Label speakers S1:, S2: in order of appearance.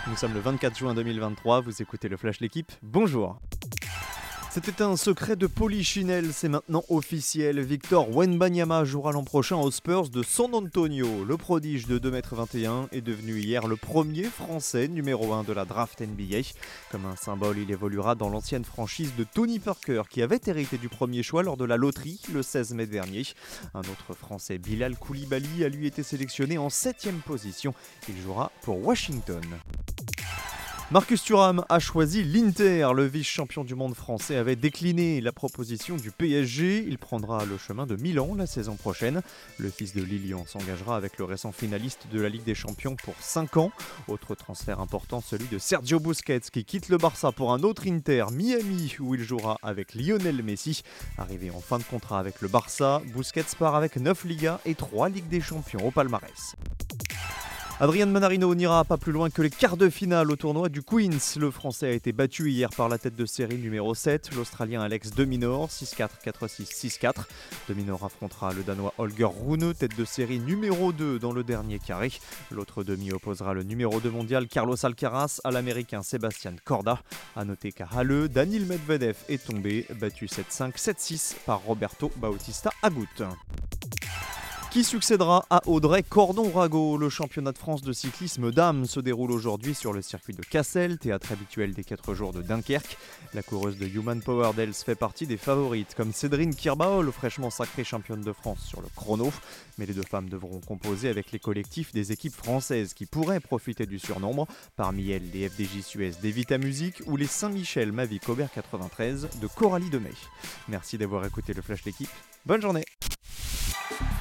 S1: Nous sommes le 24 juin 2023, vous écoutez le Flash L'équipe, bonjour. C'était un secret de Polichinelle, c'est maintenant officiel. Victor Wembanyama jouera l'an prochain aux Spurs de San Antonio. Le prodige de 2,21 m est devenu hier le premier Français numéro 1 de la draft NBA. Comme un symbole, il évoluera dans l'ancienne franchise de Tony Parker qui avait hérité du premier choix lors de la loterie le 16 mai dernier. Un autre Français, Bilal Coulibaly, a lui été sélectionné en 7e position. Il jouera pour Washington. Marcus Thuram a choisi l'Inter. Le vice-champion du monde français avait décliné la proposition du PSG. Il prendra le chemin de Milan la saison prochaine. Le fils de Lilian s'engagera avec le récent finaliste de la Ligue des Champions pour 5 ans. Autre transfert important, celui de Sergio Busquets qui quitte le Barça pour un autre Inter, Miami, où il jouera avec Lionel Messi. Arrivé en fin de contrat avec le Barça, Busquets part avec 9 Ligas et 3 Ligues des Champions au palmarès. Adrian Manarino n'ira pas plus loin que les quarts de finale au tournoi du Queens. Le Français a été battu hier par la tête de série numéro 7, l'Australien Alex de Minaur, 6-4, 4-6, 6-4. De Minaur affrontera le Danois Holger Rune, tête de série numéro 2 dans le dernier carré. L'autre demi opposera le numéro 2 mondial Carlos Alcaraz à l'Américain Sebastian Corda. A noter qu'à Halle, Daniil Medvedev est tombé, battu 7-5, 7-6 par Roberto Bautista Agut. Qui succédera à Audrey Cordon-Rago? Le championnat de France de cyclisme dames se déroule aujourd'hui sur le circuit de Cassel, théâtre habituel des 4 jours de Dunkerque. La coureuse de Human Power Dels fait partie des favorites, comme Cédrine Kirbaol, fraîchement sacrée championne de France sur le chrono. Mais les deux femmes devront composer avec les collectifs des équipes françaises qui pourraient profiter du surnombre. Parmi elles, les FDJ Suez d'Evita Music ou les Saint-Michel Mavic Aubert 93 de Coralie Demey. Merci d'avoir écouté le Flash L'équipe. Bonne journée.